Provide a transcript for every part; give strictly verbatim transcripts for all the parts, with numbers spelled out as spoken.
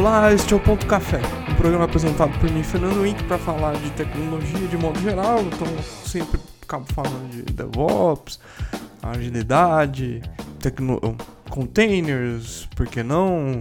Olá, este é o Ponto Café, um programa apresentado por mim, Fernando Wink, para falar de tecnologia de modo geral. Então sempre acabo falando de DevOps, agilidade, tecno- containers, por que não,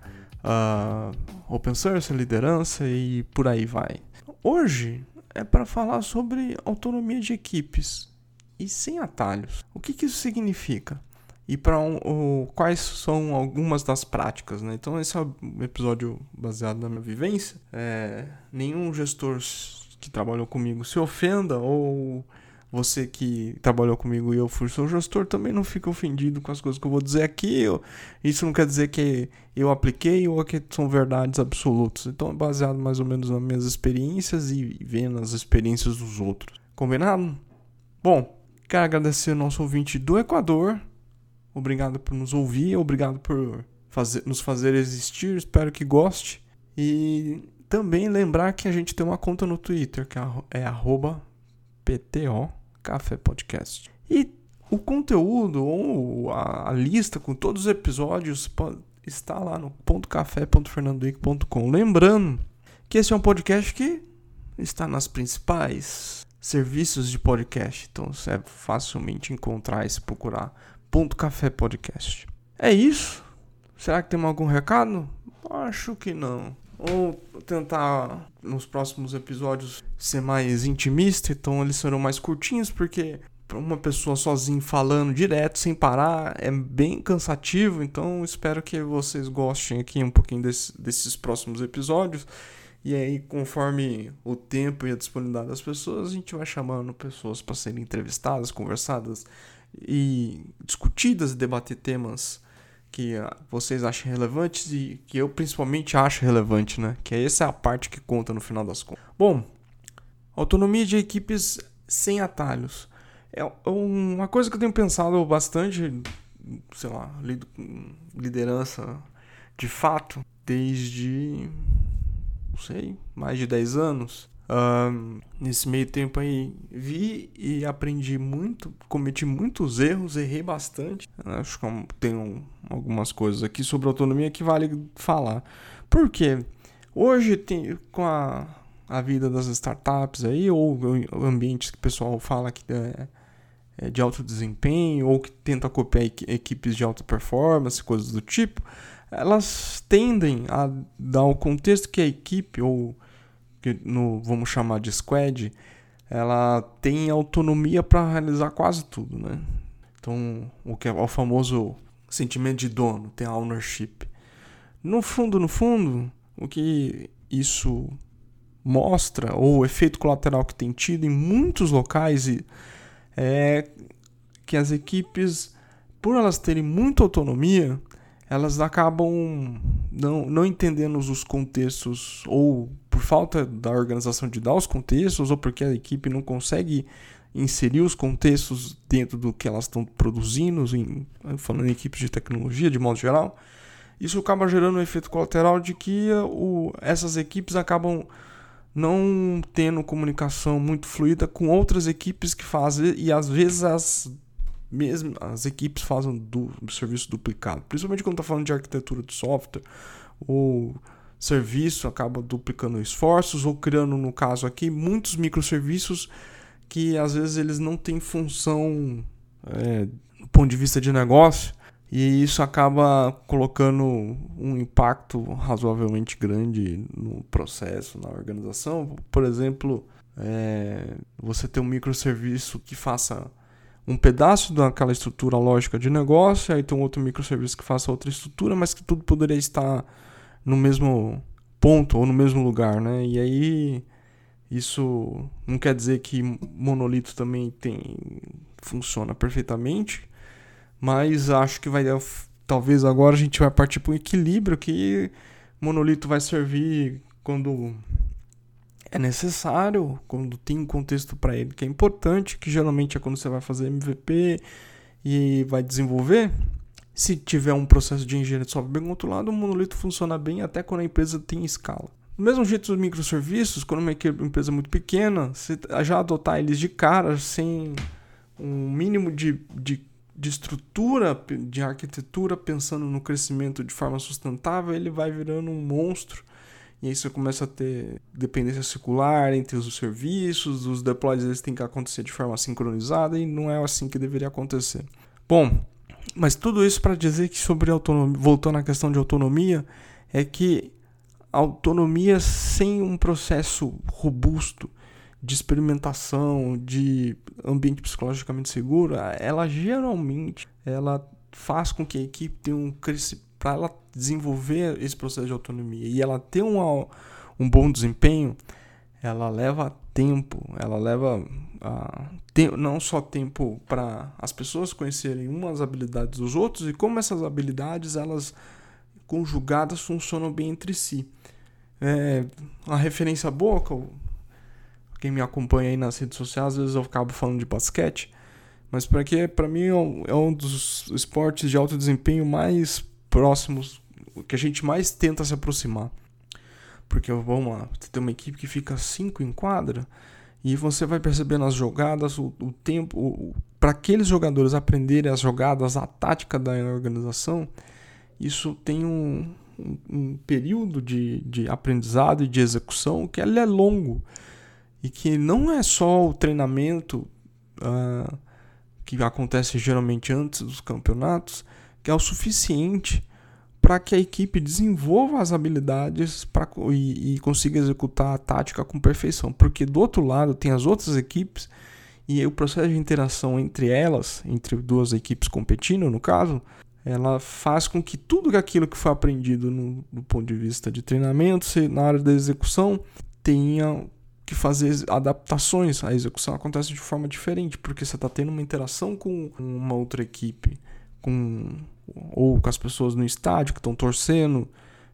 uh, open source, liderança e por aí vai. Hoje é para falar sobre autonomia de equipes e sem atalhos. O que, que isso significa? E para um, um, quais são algumas das práticas, né? Então esse é um episódio baseado na minha vivência. É, nenhum gestor que trabalhou comigo se ofenda, ou você que trabalhou comigo e eu fui seu gestor também não fica ofendido com as coisas que eu vou dizer aqui. Eu, isso não quer dizer que eu apliquei ou que são verdades absolutas. Então é baseado mais ou menos nas minhas experiências e vendo as experiências dos outros. Combinado? Bom, quero agradecer ao nosso ouvinte do Equador. Obrigado por nos ouvir, obrigado por fazer, nos fazer existir, espero que goste. E também lembrar que a gente tem uma conta no Twitter, que é arroba P T O Café Podcast. E o conteúdo, ou a, a lista com todos os episódios pode, está lá no ponto café ponto fernandowick ponto com. Lembrando que esse é um podcast que está nas principais serviços de podcast, então é facilmente encontrar e se procurar Ponto Café Podcast. É isso? Será que tem algum recado? Acho que não. Ou tentar nos próximos episódios ser mais intimista, então eles serão mais curtinhos, porque para uma pessoa sozinha falando direto, sem parar, é bem cansativo. Então espero que vocês gostem aqui um pouquinho desse, desses próximos episódios. E aí, conforme o tempo e a disponibilidade das pessoas, a gente vai chamando pessoas para serem entrevistadas, conversadas e discutidas, e debater temas que vocês acham relevantes e que eu principalmente acho relevante, né? Que essa é a parte que conta no final das contas. Bom, autonomia de equipes sem atalhos. É uma coisa que eu tenho pensado bastante, sei lá, lido com liderança de fato, desde, não sei, mais de dez anos. Uh, nesse meio tempo aí vi e aprendi muito, cometi muitos erros, errei bastante. Acho que tem algumas coisas aqui sobre autonomia que vale falar. Por quê? Hoje tem, com a, a vida das startups aí, ou ambientes que o pessoal fala que é, é de alto desempenho, ou que tenta copiar equipes de alta performance, coisas do tipo, elas tendem a dar o contexto que a equipe, ou que no, vamos chamar de squad, ela tem autonomia para realizar quase tudo, né? Então, o que é o famoso sentimento de dono, tem a ownership. No fundo, no fundo, o que isso mostra, ou o efeito colateral que tem tido em muitos locais, é que as equipes, por elas terem muita autonomia, elas acabam não, não entendendo os contextos, ou por falta da organização de dar os contextos, ou porque a equipe não consegue inserir os contextos dentro do que elas estão produzindo, em, falando em equipes de tecnologia de modo geral. Isso acaba gerando um efeito colateral de que o, essas equipes acabam não tendo comunicação muito fluida com outras equipes que fazem, e às vezes as mesmo as equipes fazem do, do serviço duplicado, principalmente quando está falando de arquitetura de software, ou serviço acaba duplicando esforços, ou criando, no caso aqui, muitos microserviços que às vezes eles não têm função é, do ponto de vista de negócio, e isso acaba colocando um impacto razoavelmente grande no processo, na organização. Por exemplo, é, você ter um microserviço que faça um pedaço daquela estrutura lógica de negócio, aí tem um outro microserviço que faça outra estrutura, mas que tudo poderia estar no mesmo ponto ou no mesmo lugar, né? E aí isso não quer dizer que monolito também tem, funciona perfeitamente, mas acho que vai, talvez agora a gente vai partir para um equilíbrio que monolito vai servir quando é necessário, quando tem um contexto para ele que é importante, que geralmente é quando você vai fazer M V P e vai desenvolver. Se tiver um processo de engenharia de software bem controlado, o monolito funciona bem até quando a empresa tem escala. Do mesmo jeito, os microserviços, quando uma empresa é muito pequena, você já adotar eles de cara, sem um mínimo de, de de estrutura, de arquitetura, pensando no crescimento de forma sustentável, ele vai virando um monstro. E aí você começa a ter dependência circular entre os serviços, os deploys eles têm que acontecer de forma sincronizada e não é assim que deveria acontecer. Bom, mas tudo isso para dizer que sobre autonomia, voltando à questão de autonomia, é que a autonomia sem um processo robusto de experimentação, de ambiente psicologicamente seguro, ela geralmente ela faz com que a equipe tenha um crescimento, para ela desenvolver esse processo de autonomia e ela ter um, um bom desempenho, ela leva tempo, ela leva uh, te, não só tempo para as pessoas conhecerem umas habilidades dos outros e como essas habilidades, elas conjugadas funcionam bem entre si. É, uma referência boa, que eu, quem me acompanha aí nas redes sociais, às vezes eu acabo falando de basquete, mas para que para mim é um, é um dos esportes de alto desempenho mais próximos, que a gente mais tenta se aproximar. Porque, vamos lá, você tem uma equipe que fica cinco em quadra e você vai perceber nas jogadas o, o tempo, para aqueles jogadores aprenderem as jogadas, a tática da organização, isso tem um, um, um período de, de aprendizado e de execução que ele é longo e que não é só o treinamento uh, que acontece geralmente antes dos campeonatos, que é o suficiente para que a equipe desenvolva as habilidades pra, e, e consiga executar a tática com perfeição. Porque do outro lado tem as outras equipes e o processo de interação entre elas, entre duas equipes competindo no caso, ela faz com que tudo aquilo que foi aprendido no, do ponto de vista de treinamento, se, na hora da execução, tenha que fazer adaptações. A execução acontece de forma diferente, porque você está tendo uma interação com uma outra equipe, com, ou com as pessoas no estádio que estão torcendo,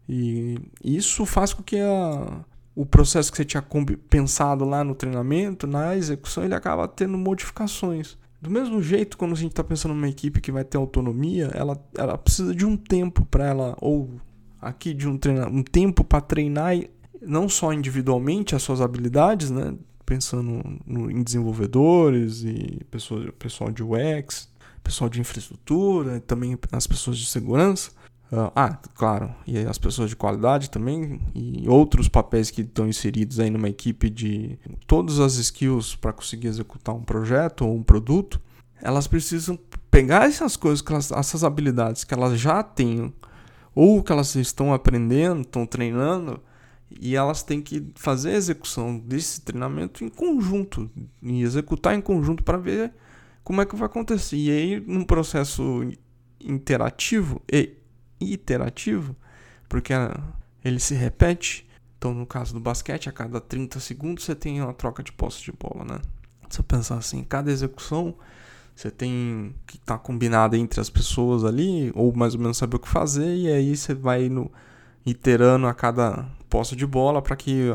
e isso faz com que a, o processo que você tinha pensado lá no treinamento, na execução, ele acaba tendo modificações. Do mesmo jeito, quando a gente está pensando numa equipe que vai ter autonomia, ela, ela precisa de um tempo para ela, ou aqui de um, treina, um tempo para treinar não só individualmente as suas habilidades, né? Pensando no, em desenvolvedores e pessoas, pessoal de U X, pessoal de infraestrutura, também as pessoas de segurança. Uh, ah, claro, e as pessoas de qualidade também, e outros papéis que estão inseridos aí numa equipe de todas as skills para conseguir executar um projeto ou um produto. Elas precisam pegar essas coisas, elas, essas habilidades que elas já têm, ou que elas estão aprendendo, estão treinando, e elas têm que fazer a execução desse treinamento em conjunto, e executar em conjunto para ver como é que vai acontecer. E aí, num processo interativo e iterativo, porque ele se repete. Então, no caso do basquete, a cada trinta segundos você tem uma troca de posse de bola, né? Se eu pensar assim, cada execução você tem que estar tá combinado entre as pessoas ali, ou mais ou menos saber o que fazer, e aí você vai no, iterando a cada posse de bola para que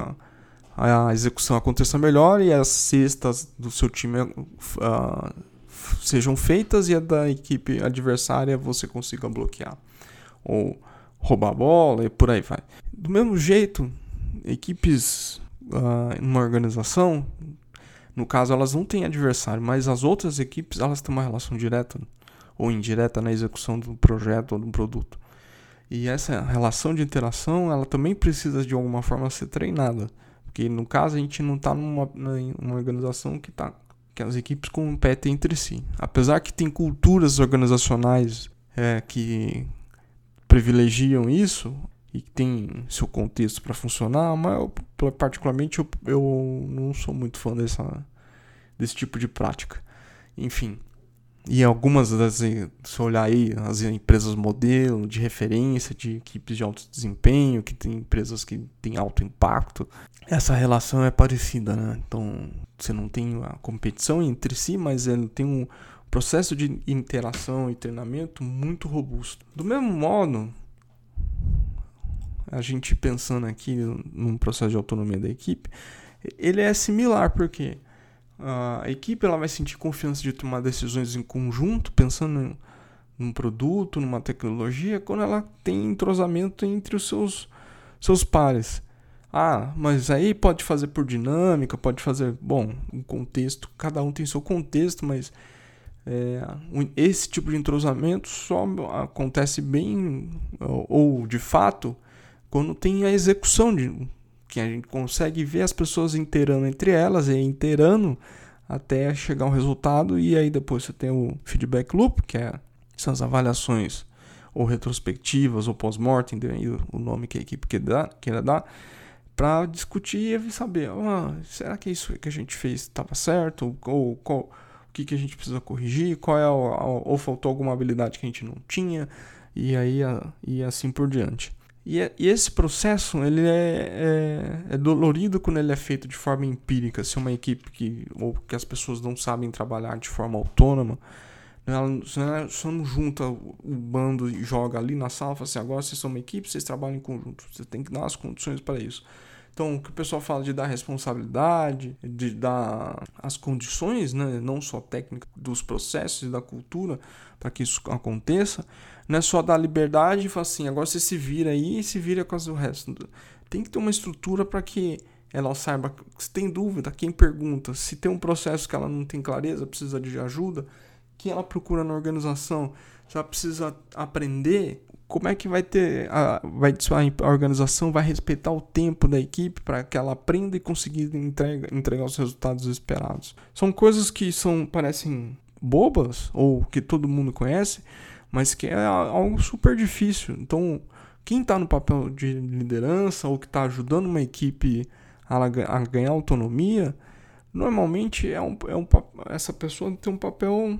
a, a execução aconteça melhor e as cestas do seu time uh, sejam feitas e a da equipe adversária você consiga bloquear ou roubar a bola e por aí vai. Do mesmo jeito, equipes uh, em uma organização, no caso elas não têm adversário, mas as outras equipes elas têm uma relação direta ou indireta na execução do projeto ou do produto. E essa relação de interação, ela também precisa de alguma forma ser treinada, porque no caso a gente não está numa, numa organização que, tá, que as equipes competem entre si. Apesar que tem culturas organizacionais é, que privilegiam isso e que tem seu contexto para funcionar, mas eu, particularmente eu, eu não sou muito fã dessa, desse tipo de prática. Enfim, e algumas das, se olhar aí, as empresas modelo de referência de equipes de alto desempenho, que tem empresas que têm alto impacto, essa relação é parecida, né? Então você não tem a competição entre si, mas ele tem um processo de interação e treinamento muito robusto. Do mesmo modo, a gente pensando aqui num processo de autonomia da equipe, ele é similar, porque a equipe ela vai sentir confiança de tomar decisões em conjunto, pensando num produto, numa tecnologia, quando ela tem entrosamento entre os seus, seus pares. Ah, mas aí pode fazer por dinâmica, pode fazer... Bom, o contexto, cada um tem seu contexto, mas É, esse tipo de entrosamento só acontece bem, ou, ou de fato, quando tem a execução, de, que a gente consegue ver as pessoas inteirando entre elas e inteirando até chegar ao resultado, e aí depois você tem o feedback loop, que é, são as avaliações ou retrospectivas ou pós-mortem, o nome que a equipe queira dar, para discutir e saber, ah, será que isso que a gente fez estava certo? Ou qual, o que, que a gente precisa corrigir? Qual é a, a, ou faltou alguma habilidade que a gente não tinha? E aí a, e assim por diante. E, e esse processo ele é, é, é dolorido quando ele é feito de forma empírica. Se uma equipe que, ou que as pessoas não sabem trabalhar de forma autônoma, ela só não junta o bando e joga ali na sala e fala assim, agora vocês são uma equipe, vocês trabalham em conjunto, você tem que dar as condições para isso. Então, o que o pessoal fala de dar responsabilidade, de dar as condições, né, não só técnica, dos processos e da cultura para que isso aconteça, não é só dar liberdade e falar assim, agora você se vira aí e se vira com o resto. Tem que ter uma estrutura para que ela saiba, se tem dúvida, quem pergunta, se tem um processo que ela não tem clareza, precisa de ajuda, que ela procura na organização, se ela precisa aprender, como é que vai ter, a, vai, a organização vai respeitar o tempo da equipe para que ela aprenda e consiga entrega, entregar os resultados esperados. São coisas que são, parecem bobas, ou que todo mundo conhece, mas que é algo super difícil. Então, quem está no papel de liderança ou que está ajudando uma equipe a, a ganhar autonomia, normalmente é um, é um, essa pessoa tem um papel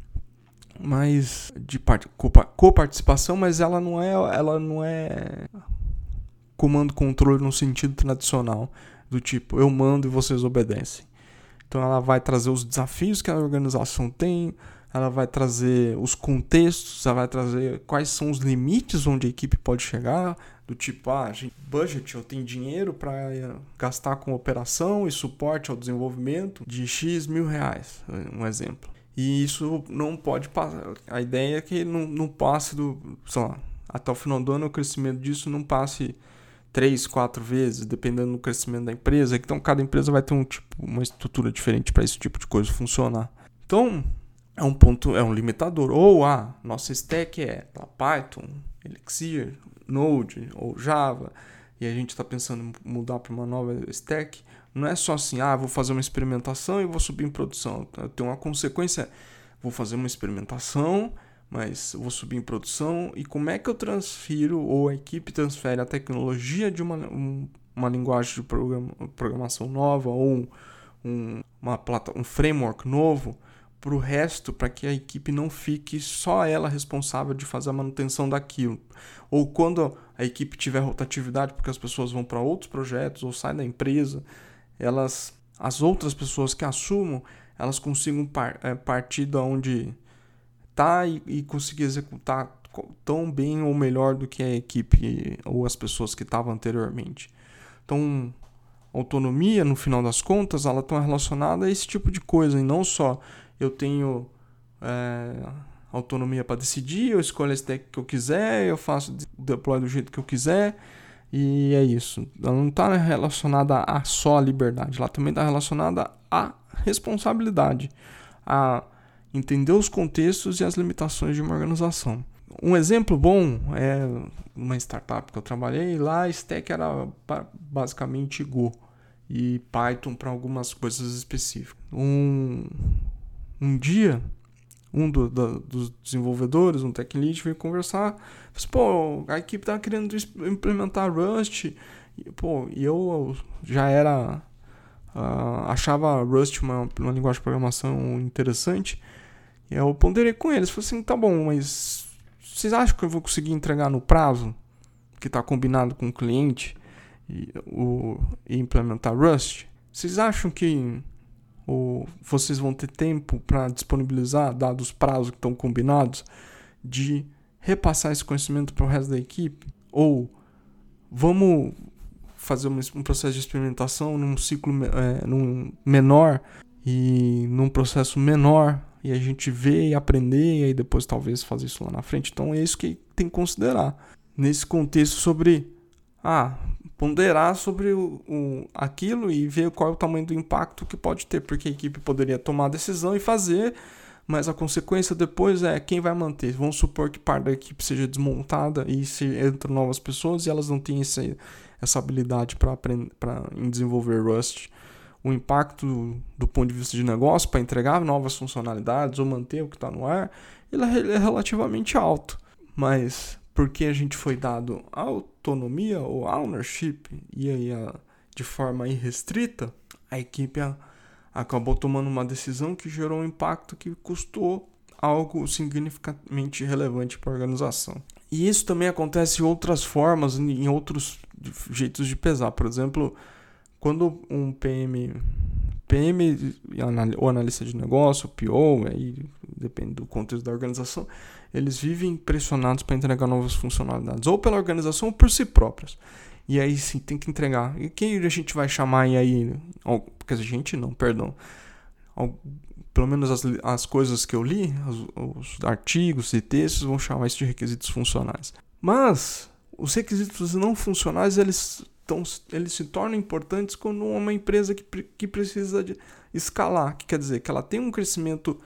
mais de coparticipação, mas ela não é, ela não é comando-controle no sentido tradicional, do tipo, eu mando e vocês obedecem. Então ela vai trazer os desafios que a organização tem, ela vai trazer os contextos, ela vai trazer quais são os limites onde a equipe pode chegar, do tipo, ah, gente, budget, eu tenho dinheiro para gastar com operação e suporte ao desenvolvimento de X mil reais, um exemplo. E isso não pode passar. A ideia é que não, não passe do. Sei lá, até o final do ano o crescimento disso não passe três, quatro vezes, dependendo do crescimento da empresa. Então cada empresa vai ter um tipo, uma estrutura diferente para esse tipo de coisa funcionar. Então é um ponto, é um limitador. Ou a ah, nossa stack é Python, Elixir, Node ou Java, e a gente está pensando em mudar para uma nova stack. Não é só assim, ah, vou fazer uma experimentação e vou subir em produção. Tem uma consequência, vou fazer uma experimentação, mas vou subir em produção. E como é que eu transfiro, ou a equipe transfere a tecnologia de uma, um, uma linguagem de programa, programação nova, ou um, uma plata, um framework novo, para o resto, para que a equipe não fique só ela responsável de fazer a manutenção daquilo. Ou quando a equipe tiver rotatividade, porque as pessoas vão para outros projetos, ou saem da empresa, elas, as outras pessoas que assumam, elas consigam par, é, partir de onde está e, e conseguir executar tão bem ou melhor do que a equipe ou as pessoas que estavam anteriormente. Então, autonomia, no final das contas, ela está relacionada a esse tipo de coisa, e não só eu tenho é, autonomia para decidir, eu escolho a stack que eu quiser, eu faço o deploy do jeito que eu quiser, e é isso. Ela não está relacionada a só a liberdade, ela também está relacionada à responsabilidade, a entender os contextos e as limitações de uma organização. Um exemplo bom é uma startup que eu trabalhei, lá a stack era basicamente Go e Python para algumas coisas específicas. Um, um dia, um do, do, dos desenvolvedores, um tech lead, veio conversar, disse, pô, a equipe tá querendo implementar Rust, e, pô, e eu já era, uh, achava Rust uma, uma linguagem de programação interessante, e eu ponderei com eles, falei assim, tá bom, mas vocês acham que eu vou conseguir entregar no prazo que está combinado com o cliente e, o, e implementar Rust? Vocês acham que ou vocês vão ter tempo para disponibilizar, dados os prazos que estão combinados, de repassar esse conhecimento para o resto da equipe? Ou vamos fazer um processo de experimentação num ciclo é, num menor e num processo menor, e a gente vê e aprender, e aí depois talvez fazer isso lá na frente? Então é isso que tem que considerar nesse contexto, sobre ah, ponderar sobre o, o, aquilo e ver qual é o tamanho do impacto que pode ter, porque a equipe poderia tomar a decisão e fazer, mas a consequência depois é quem vai manter. Vamos supor que parte da equipe seja desmontada e se entram novas pessoas e elas não têm esse, essa habilidade para desenvolver Rust. O impacto do, do ponto de vista de negócio para entregar novas funcionalidades ou manter o que está no ar, ele é relativamente alto. Mas porque a gente foi dado autonomia ou ownership e aí a, de forma irrestrita, a equipe a, acabou tomando uma decisão que gerou um impacto que custou algo significativamente relevante para a organização. E isso também acontece em outras formas, em outros jeitos de pesar. Por exemplo, quando um P M, P M ou analista de negócio, P O, aí depende do contexto da organização, eles vivem pressionados para entregar novas funcionalidades, ou pela organização ou por si próprios. E aí sim, tem que entregar. E quem a gente vai chamar aí? Porque a gente não, perdão. Pelo menos as, as coisas que eu li, os, os artigos e textos vão chamar isso de requisitos funcionais. Mas os requisitos não funcionais, eles, tão, eles se tornam importantes quando uma empresa que, que precisa de escalar, que quer dizer que ela tem um crescimento,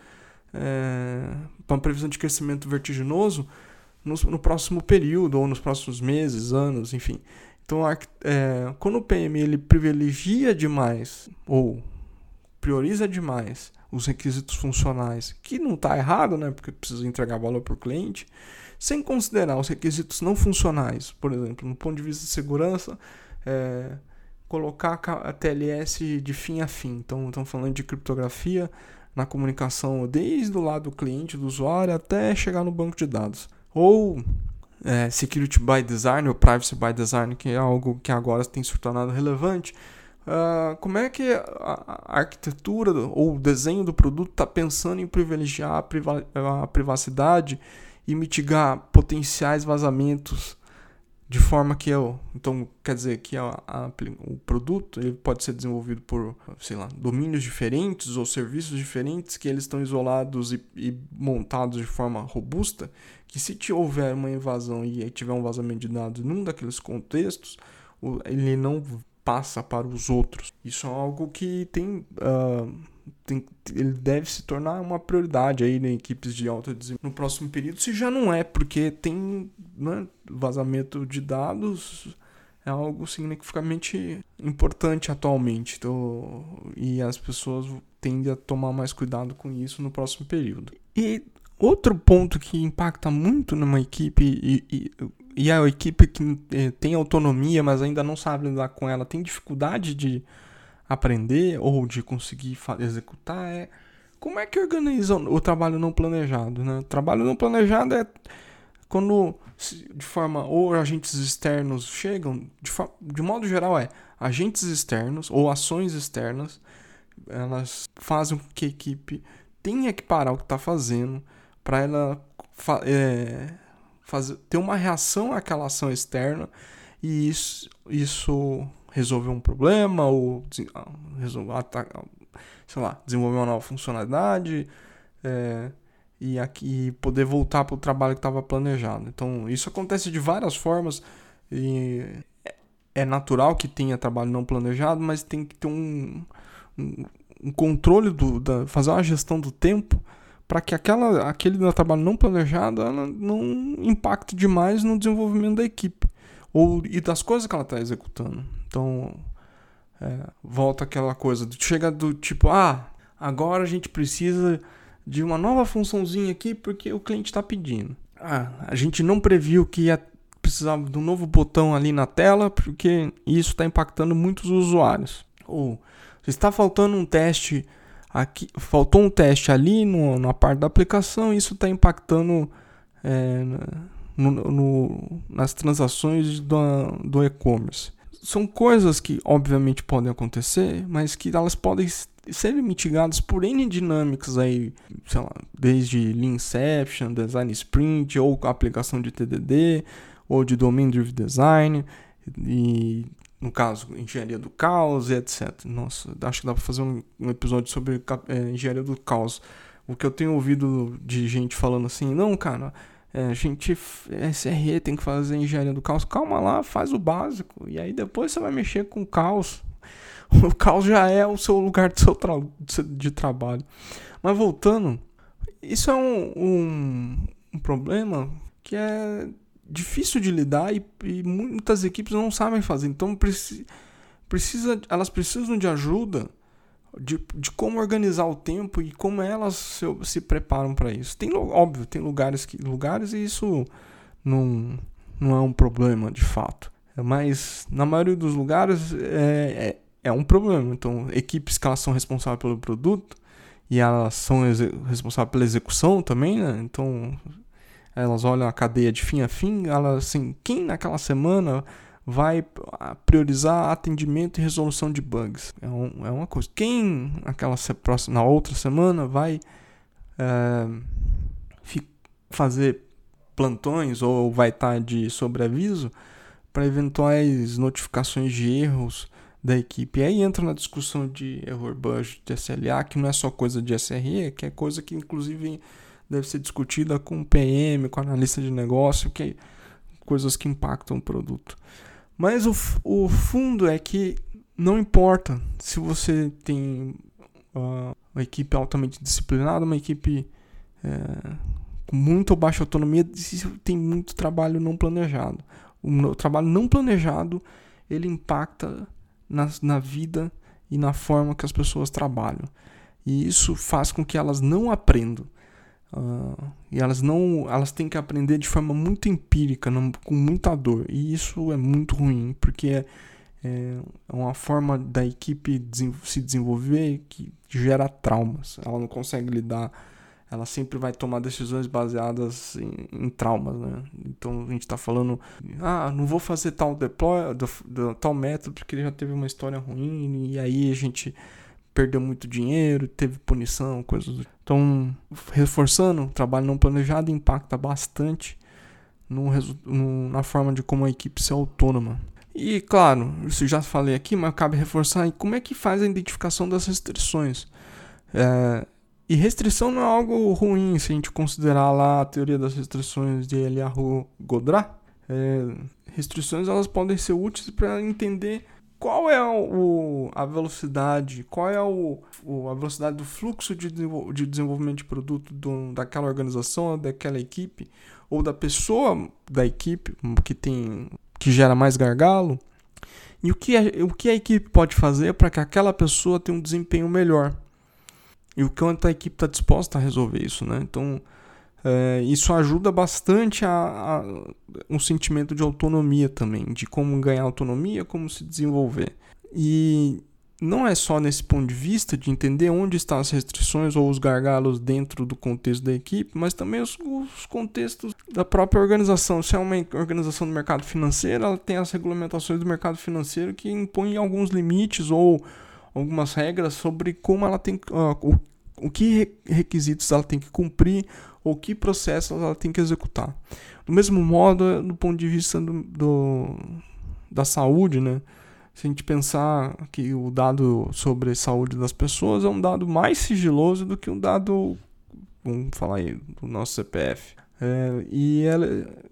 é, uma previsão de crescimento vertiginoso no, no próximo período, ou nos próximos meses, anos, enfim. Então, é, quando o P M ele privilegia demais, ou prioriza demais os requisitos funcionais, que não está errado, né, porque precisa entregar valor para o cliente, sem considerar os requisitos não funcionais, por exemplo, no ponto de vista de segurança, é, colocar a T L S de fim a fim. Então, estamos falando de criptografia na comunicação desde o lado do cliente, do usuário, até chegar no banco de dados. Ou é, Security by Design, ou Privacy by Design, que é algo que agora tem se tornado relevante. Uh, como é que a, a arquitetura ou o desenho do produto está pensando em privilegiar a, priva- a privacidade e mitigar potenciais vazamentos de forma que eu, então quer dizer que a, a, o produto ele pode ser desenvolvido por, sei lá, domínios diferentes ou serviços diferentes que eles estão isolados e, e montados de forma robusta, que se houver uma invasão e tiver um vazamento de dados num daqueles contextos, ele não passa para os outros. Isso é algo que tem, uh, tem ele deve se tornar uma prioridade aí em equipes de alto desempenho no próximo período, se já não é, porque tem, né, vazamento de dados é algo significativamente importante atualmente, então, e as pessoas tendem a tomar mais cuidado com isso no próximo período. E outro ponto que impacta muito numa equipe e, e E a equipe que tem autonomia, mas ainda não sabe lidar com ela, tem dificuldade de aprender ou de conseguir executar, é como é que organiza o trabalho não planejado, né? O trabalho não planejado é quando, de forma, ou agentes externos chegam, de, de modo geral é, agentes externos ou ações externas, elas fazem com que a equipe tenha que parar o que está fazendo para ela é, fazer, ter uma reação àquela ação externa e isso, isso resolver um problema ou resolver, sei lá, desenvolver uma nova funcionalidade é, e aqui poder voltar para o trabalho que estava planejado. Então isso acontece de várias formas e é natural que tenha trabalho não planejado, mas tem que ter um, um, um controle, do, da, fazer uma gestão do tempo para que aquela, aquele trabalho não planejado ela não impacte demais no desenvolvimento da equipe ou, e das coisas que ela está executando. Então, é, volta aquela coisa, chega do tipo, ah, agora a gente precisa de uma nova funçãozinha aqui porque o cliente está pedindo. Ah, a gente não previu que ia precisar de um novo botão ali na tela porque isso está impactando muitos usuários. Ou está faltando um teste aqui, faltou um teste ali no, na parte da aplicação e isso está impactando é, no, no, nas transações do, do e-commerce. São coisas que obviamente podem acontecer, mas que elas podem ser mitigadas por N dinâmicas aí, sei lá, desde Leanception, Design Sprint, ou aplicação de T D D, ou de Domain Driven Design, e no caso, engenharia do caos e etcétera. Nossa, acho que dá para fazer um, um episódio sobre é, engenharia do caos. O que eu tenho ouvido de gente falando assim, não, cara, é, a gente, S R E tem que fazer engenharia do caos. Calma lá, faz o básico. E aí depois você vai mexer com o caos. O caos já é o seu lugar de, seu tra- de trabalho. Mas voltando, isso é um, um, um problema que é difícil de lidar e, e muitas equipes não sabem fazer. Então preci, precisa, elas precisam de ajuda de, de como organizar o tempo e como elas se, se preparam para isso. Tem, óbvio, tem lugares, que, lugares e isso não, não é um problema de fato. Mas na maioria dos lugares é, é, é um problema. Então, equipes que elas são responsáveis pelo produto e elas são exe- responsáveis pela execução também, né? Então, elas olham a cadeia de fim a fim, elas, assim, quem naquela semana vai priorizar atendimento e resolução de bugs? É, um, é uma coisa. Quem naquela, na outra semana vai é, fazer plantões ou vai estar de sobreaviso para eventuais notificações de erros da equipe? E aí entra na discussão de error budget, de S L A, que não é só coisa de S R E, que é coisa que inclusive deve ser discutida com o P M, com o analista de negócio, que é coisas que impactam o produto. Mas o, o fundo é que não importa se você tem uh, uma equipe altamente disciplinada, uma equipe é, com muita ou baixa autonomia, se tem muito trabalho não planejado. O trabalho não planejado, ele impacta na, na vida e na forma que as pessoas trabalham. E isso faz com que elas não aprendam. Uh, e elas não, elas têm que aprender de forma muito empírica, não, com muita dor. E isso é muito ruim, porque é, é uma forma da equipe desen- se desenvolver que gera traumas. Ela não consegue lidar. Ela sempre vai tomar decisões baseadas em, em traumas, né? Então a gente está falando, ah, não vou fazer tal deploy, do, do, tal método porque ele já teve uma história ruim e aí a gente perdeu muito dinheiro, teve punição, coisas do tipo. Então, reforçando, o trabalho não planejado impacta bastante no, no, na forma de como a equipe ser autônoma. E claro, isso já falei aqui, mas cabe reforçar e como é que faz a identificação das restrições. É, E restrição não é algo ruim se a gente considerar lá a teoria das restrições de Eliyahu Godrat. É, restrições elas podem ser úteis para entender qual é o, a velocidade, qual é o, o, a velocidade do fluxo de, de desenvolvimento de produto do, daquela organização, daquela equipe, ou da pessoa da equipe que, tem, que gera mais gargalo. E o que, a, o que a equipe pode fazer para que aquela pessoa tenha um desempenho melhor. E o quanto a equipe está disposta a resolver isso, né? Então, é, isso ajuda bastante a, a um sentimento de autonomia também, de como ganhar autonomia, como se desenvolver. E não é só nesse ponto de vista de entender onde estão as restrições ou os gargalos dentro do contexto da equipe, mas também os, os contextos da própria organização. Se é uma organização do mercado financeiro, ela tem as regulamentações do mercado financeiro que impõem alguns limites ou algumas regras sobre como ela tem, uh, o, o que requisitos ela tem que cumprir ou que processos ela tem que executar. Do mesmo modo, do ponto de vista do, do, da saúde, né? Se a gente pensar que o dado sobre saúde das pessoas é um dado mais sigiloso do que um dado, vamos falar aí, do nosso C P F. É, e ela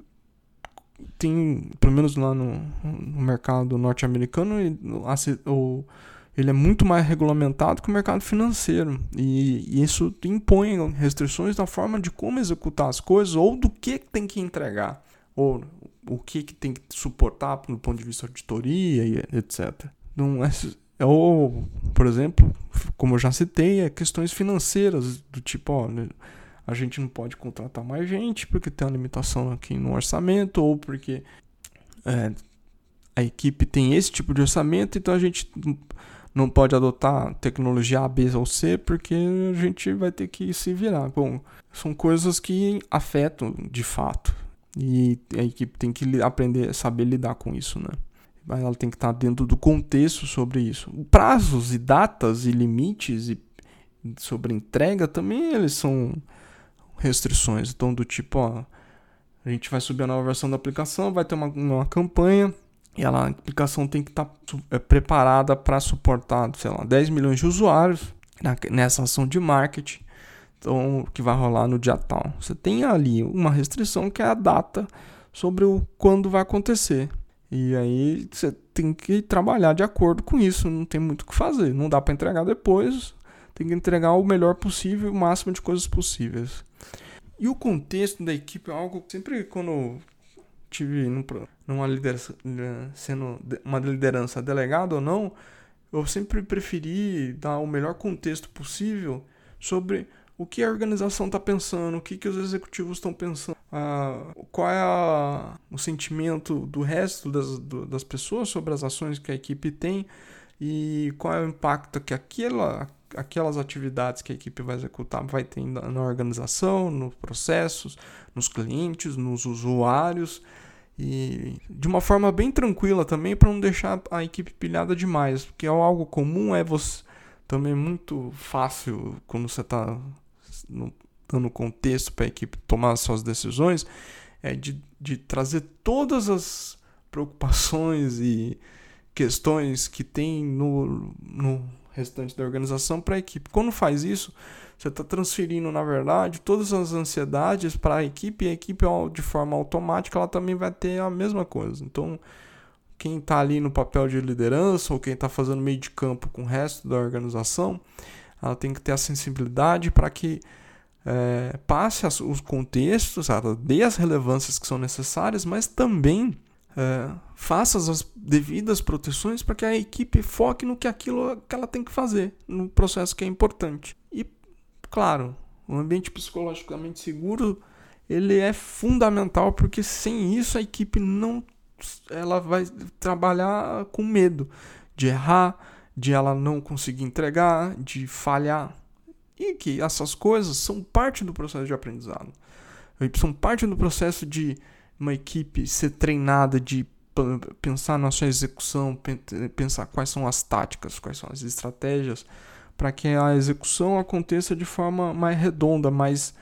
tem, pelo menos lá no, no mercado norte-americano, o ele é muito mais regulamentado que o mercado financeiro. E, e isso impõe restrições na forma de como executar as coisas ou do que tem que entregar. Ou o que, que tem que suportar do ponto de vista de auditoria e etcétera. Então, é, ou, por exemplo, como eu já citei, é questões financeiras do tipo, ó, a gente não pode contratar mais gente porque tem uma limitação aqui no orçamento ou porque é, a equipe tem esse tipo de orçamento, então a gente não pode adotar tecnologia A, B ou C porque a gente vai ter que se virar. Bom, são coisas que afetam de fato e a equipe tem que aprender a saber lidar com isso, né? Mas ela tem que estar dentro do contexto sobre isso. Prazos e datas e limites e sobre entrega também eles são restrições. Então do tipo, ó, a gente vai subir a nova versão da aplicação, vai ter uma, uma campanha e ela, a aplicação tem que estar é, preparada para suportar, sei lá, dez milhões de usuários na, nessa ação de marketing, então, que vai rolar no dia tal. Você tem ali uma restrição que é a data sobre o quando vai acontecer. E aí você tem que trabalhar de acordo com isso, não tem muito o que fazer. Não dá para entregar depois, tem que entregar o melhor possível, o máximo de coisas possíveis. E o contexto da equipe é algo que sempre quando tive numa liderança, sendo uma liderança delegada ou não, eu sempre preferi dar o melhor contexto possível sobre o que a organização está pensando, o que, que os executivos estão pensando, ah, qual é a, o sentimento do resto das, do, das pessoas sobre as ações que a equipe tem e qual é o impacto que aquela, aquelas atividades que a equipe vai executar vai ter na, na organização, nos processos, nos clientes, nos usuários, e de uma forma bem tranquila também para não deixar a equipe pilhada demais, porque é algo comum, é você também muito fácil quando você está dando contexto para a equipe tomar as suas decisões, é de, de trazer todas as preocupações e questões que tem no, no restante da organização para a equipe. Quando faz isso, você está transferindo, na verdade, todas as ansiedades para a equipe, e a equipe, de forma automática, ela também vai ter a mesma coisa. Então, quem está ali no papel de liderança ou quem está fazendo meio de campo com o resto da organização, ela tem que ter a sensibilidade para que é, passe as, os contextos, ela dê as relevâncias que são necessárias, mas também é, faça as devidas proteções para que a equipe foque no que aquilo que ela tem que fazer, no processo que é importante. E, claro, o ambiente psicologicamente seguro ele é fundamental, porque sem isso a equipe não ela vai trabalhar com medo de errar, de ela não conseguir entregar, de falhar. E que essas coisas são parte do processo de aprendizado. São parte do processo de uma equipe ser treinada, de pensar na sua execução, pensar quais são as táticas, quais são as estratégias, para que a execução aconteça de forma mais redonda, mais,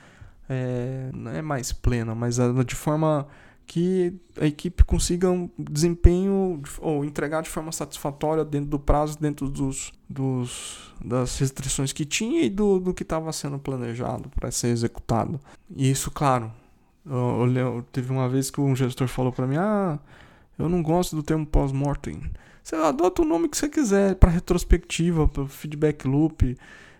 é, não é mais plena, mas de forma que a equipe consiga um desempenho ou entregar de forma satisfatória dentro do prazo, dentro dos, dos, das restrições que tinha e do, do que estava sendo planejado para ser executado. E isso, claro, eu, eu, teve uma vez que um gestor falou para mim, ah, eu não gosto do termo pós-mortem. Você adota o nome que você quiser para retrospectiva, para feedback loop,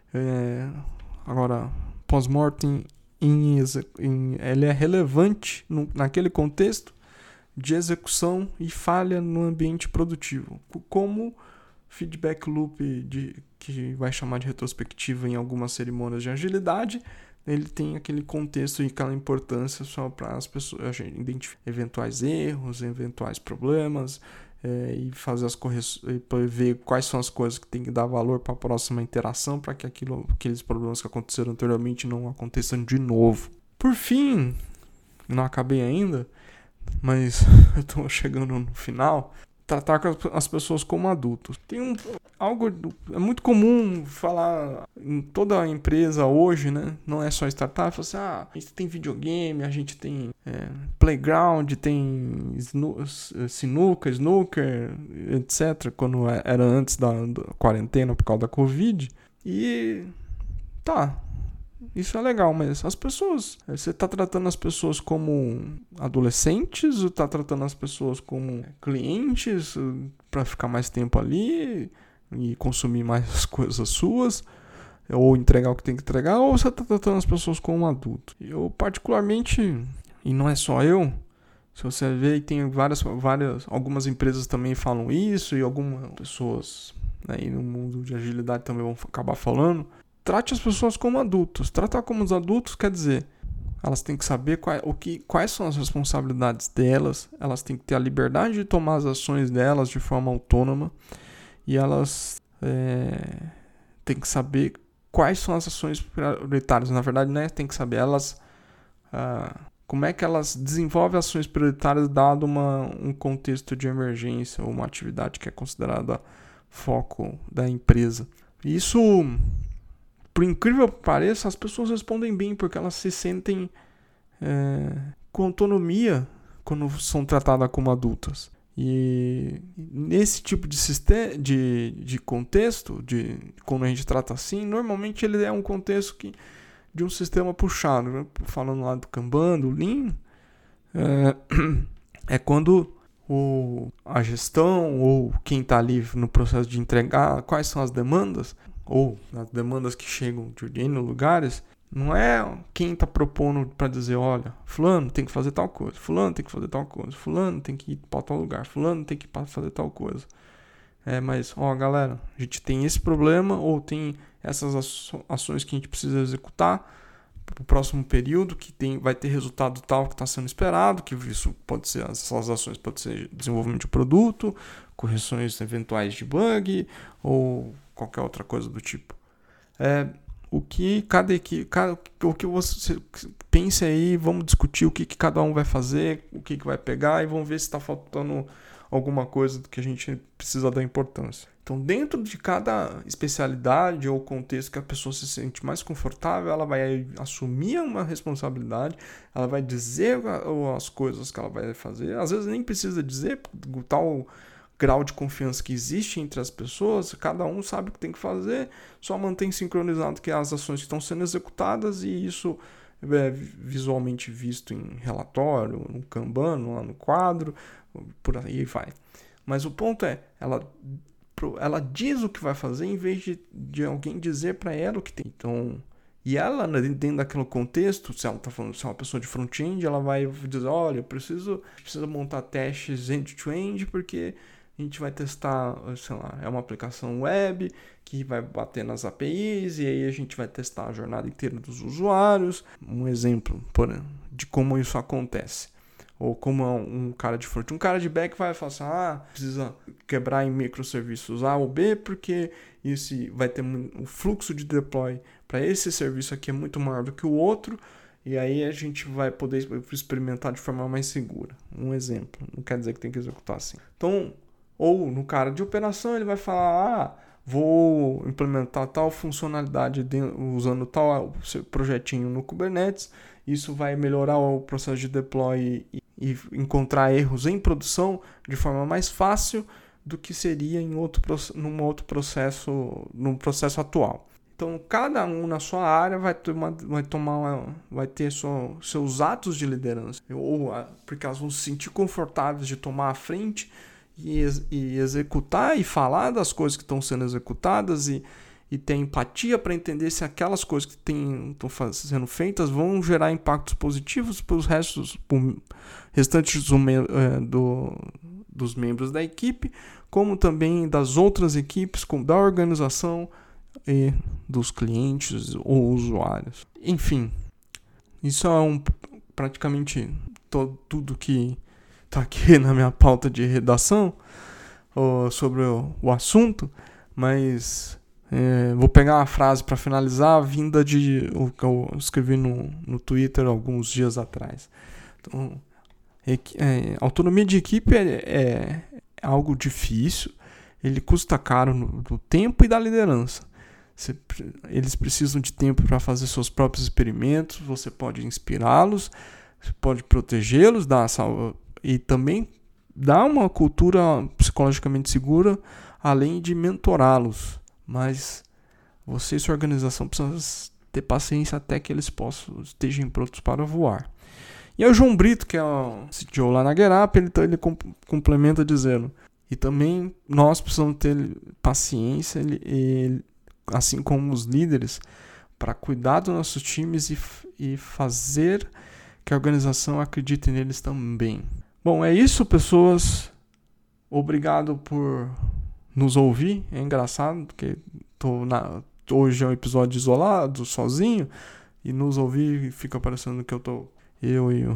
é, agora, pós-mortem Em, em, ele é relevante no, naquele contexto de execução e falha no ambiente produtivo. Como feedback loop de, que vai chamar de retrospectiva em algumas cerimônias de agilidade, ele tem aquele contexto e aquela importância só para as pessoas identificar eventuais erros, eventuais problemas, É, e fazer as correções, ver quais são as coisas que tem que dar valor para a próxima interação, para que aquilo, aqueles problemas que aconteceram anteriormente não aconteçam de novo. Por fim, não acabei ainda, mas eu estou chegando no final. Tratar as pessoas como adultos. Tem um, algo, é muito comum falar em toda a empresa hoje, né? Não é só startup, fala assim, ah, a gente tem videogame, a gente tem é, playground, tem snu- sinuca, snooker, etcétera. Quando era antes da, da quarentena por causa da Covid. E tá, isso é legal, mas as pessoas, você está tratando as pessoas como adolescentes, ou está tratando as pessoas como clientes para ficar mais tempo ali e consumir mais coisas suas, ou entregar o que tem que entregar, ou você está tratando as pessoas como adultos? Eu particularmente, e não é só eu, se você ver, tem várias, várias, algumas empresas também falam isso, e algumas pessoas aí no mundo de agilidade também vão acabar falando. Trate as pessoas como adultos. Tratar como os adultos quer dizer, elas têm que saber quais, o que, quais são as responsabilidades delas, elas têm que ter a liberdade de tomar as ações delas de forma autônoma, e elas é, têm que saber quais são as ações prioritárias. Na verdade, não é tem que saber, elas ah, como é que elas desenvolvem ações prioritárias dado uma, um contexto de emergência ou uma atividade que é considerada foco da empresa. Isso, por incrível que pareça, as pessoas respondem bem, porque elas se sentem é, com autonomia quando são tratadas como adultas. E nesse tipo de, sistema, de, de contexto, de, quando a gente trata assim, normalmente ele é um contexto que, de um sistema puxado. Né? Falando lá do Kanban, do Lean, é, é quando o, a gestão ou quem está ali no processo de entregar, quais são as demandas, ou as demandas que chegam de N lugares, não é quem está propondo para dizer, olha, fulano tem que fazer tal coisa, fulano tem que fazer tal coisa, fulano tem que ir para tal lugar, fulano tem que ir fazer tal coisa. É, mas, ó, galera, a gente tem esse problema ou tem essas ações que a gente precisa executar para o próximo período, que tem, vai ter resultado tal que está sendo esperado, que isso pode ser, essas ações podem ser desenvolvimento de produto, correções eventuais de bug ou qualquer outra coisa do tipo. É, o que cada equipe, cada, o que você pense aí, vamos discutir o que, que cada um vai fazer, o que, que vai pegar e vamos ver se está faltando alguma coisa que a gente precisa dar importância. Então, dentro de cada especialidade ou contexto que a pessoa se sente mais confortável, ela vai assumir uma responsabilidade, ela vai dizer as coisas que ela vai fazer. Às vezes nem precisa dizer, o tal grau de confiança que existe entre as pessoas, cada um sabe o que tem que fazer, só mantém sincronizado que as ações que estão sendo executadas e isso é visualmente visto em relatório, no Kanban, lá no quadro, por aí vai. Mas o ponto é, ela, ela diz o que vai fazer em vez de, de alguém dizer para ela o que tem. Então, e ela, dentro daquele contexto, se ela está falando, se é uma pessoa de front-end, ela vai dizer, olha, eu preciso, preciso montar testes end-to-end porque a gente vai testar, sei lá, é uma aplicação web que vai bater nas A P Is e aí a gente vai testar a jornada inteira dos usuários. Um exemplo por, de como isso acontece. Ou como um cara de front. Um cara de back vai falar assim, ah, precisa quebrar em microserviços A ou B porque esse vai ter o fluxo de deploy para esse serviço aqui é muito maior do que o outro e aí a gente vai poder experimentar de forma mais segura. Um exemplo. Não quer dizer que tem que executar assim. Então, ou no cara de operação ele vai falar, ah, vou implementar tal funcionalidade usando tal projetinho no Kubernetes, isso vai melhorar o processo de deploy e, e encontrar erros em produção de forma mais fácil do que seria em outro, num outro processo, num processo atual. Então, cada um na sua área vai, ter uma, vai, tomar uma, vai ter sua, seus atos de liderança, ou porque elas vão se sentir confortáveis de tomar a frente E, e executar e falar das coisas que estão sendo executadas e, e ter empatia para entender se aquelas coisas que estão sendo feitas vão gerar impactos positivos para os restos, restantes do, do, dos membros da equipe, como também das outras equipes, como da organização e dos clientes ou usuários. Enfim, isso é um, praticamente to, tudo que está aqui na minha pauta de redação ó, sobre o, o assunto, mas é, vou pegar uma frase para finalizar, vinda de o que eu escrevi no, no Twitter alguns dias atrás. Então, é, é, autonomia de equipe é, é, é algo difícil, ele custa caro no, no tempo e da liderança. Você, eles precisam de tempo para fazer seus próprios experimentos, você pode inspirá-los, você pode protegê-los, dar salva e também dar uma cultura psicologicamente segura, além de mentorá-los. Mas você e sua organização precisam ter paciência até que eles possam estejam prontos para voar. E aí o João Brito, que é o C T O lá na GetUp, ele, ele complementa dizendo, e também nós precisamos ter paciência, ele, ele, assim como os líderes, para cuidar dos nossos times e, e fazer que a organização acredite neles também. Bom, é isso, pessoas. Obrigado por nos ouvir. É engraçado, porque tô na, hoje é um episódio isolado, sozinho, e nos ouvir fica parecendo que eu tô eu e, eu,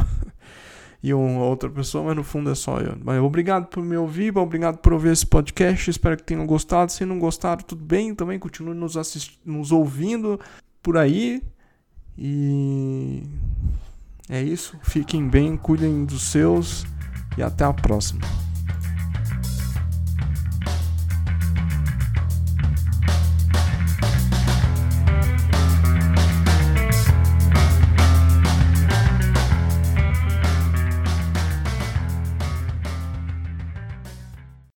e uma outra pessoa, mas no fundo é só eu. Mas obrigado por me ouvir, obrigado por ouvir esse podcast. Espero que tenham gostado. Se não gostaram, tudo bem. Também continue nos, assist, nos ouvindo por aí. E é isso. Fiquem bem, cuidem dos seus e até a próxima.